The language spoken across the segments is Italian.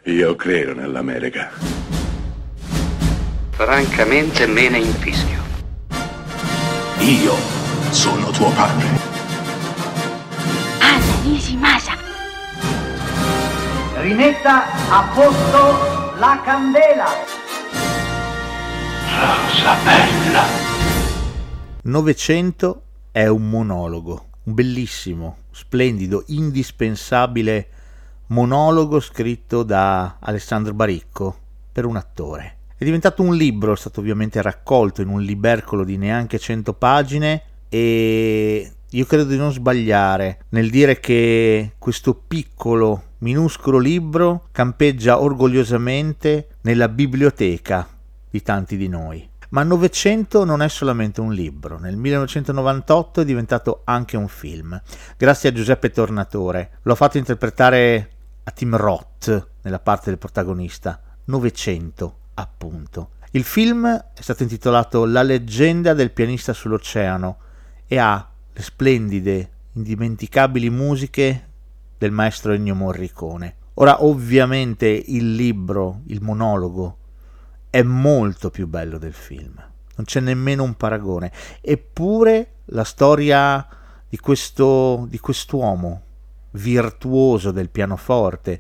Io credo nell'America. Francamente me ne infischio. Io sono tuo padre. Anna Nishimasa. Rimetta a posto la candela. Rosa bella. 900 è un monologo, un bellissimo, splendido, indispensabile monologo scritto da Alessandro Baricco per un attore. È diventato un libro, è stato ovviamente raccolto in un libercolo di neanche 100 pagine e io credo di non sbagliare nel dire che questo piccolo, minuscolo libro campeggia orgogliosamente nella biblioteca di tanti di noi. Ma 900 non è solamente un libro, nel 1998 è diventato anche un film, grazie a Giuseppe Tornatore. L'ho fatto interpretare a Tim Roth nella parte del protagonista, 900 appunto. Il film è stato intitolato La leggenda del pianista sull'oceano e ha le splendide, indimenticabili musiche del maestro Ennio Morricone. Ora ovviamente il libro, il monologo, è molto più bello del film, non c'è nemmeno un paragone, eppure la storia di quest'uomo virtuoso del pianoforte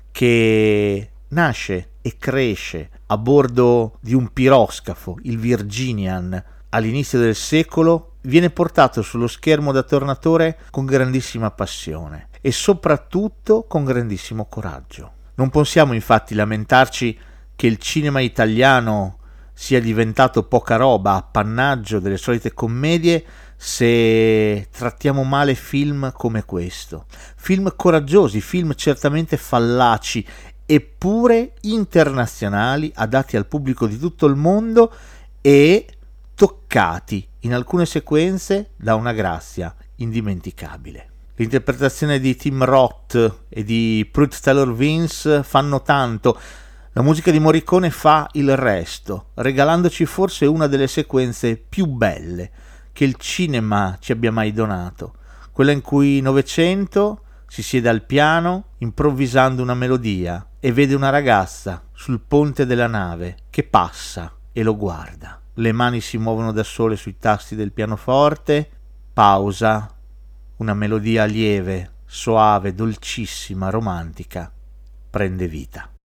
che nasce e cresce a bordo di un piroscafo, il Virginian, all'inizio del secolo, viene portato sullo schermo da Tornatore con grandissima passione e soprattutto con grandissimo coraggio. Non possiamo infatti lamentarci che il cinema italiano sia diventato poca roba, appannaggio delle solite commedie, se trattiamo male film come questo. Film coraggiosi, film certamente fallaci, eppure internazionali, adatti al pubblico di tutto il mondo e toccati in alcune sequenze da una grazia indimenticabile. L'interpretazione di Tim Roth e di Pruitt Taylor Vince fanno tanto. La musica di Morricone fa il resto, regalandoci forse una delle sequenze più belle che il cinema ci abbia mai donato, quella in cui 900 si siede al piano improvvisando una melodia e vede una ragazza sul ponte della nave che passa e lo guarda. Le mani si muovono da sole sui tasti del pianoforte, pausa, una melodia lieve, soave, dolcissima, romantica, prende vita.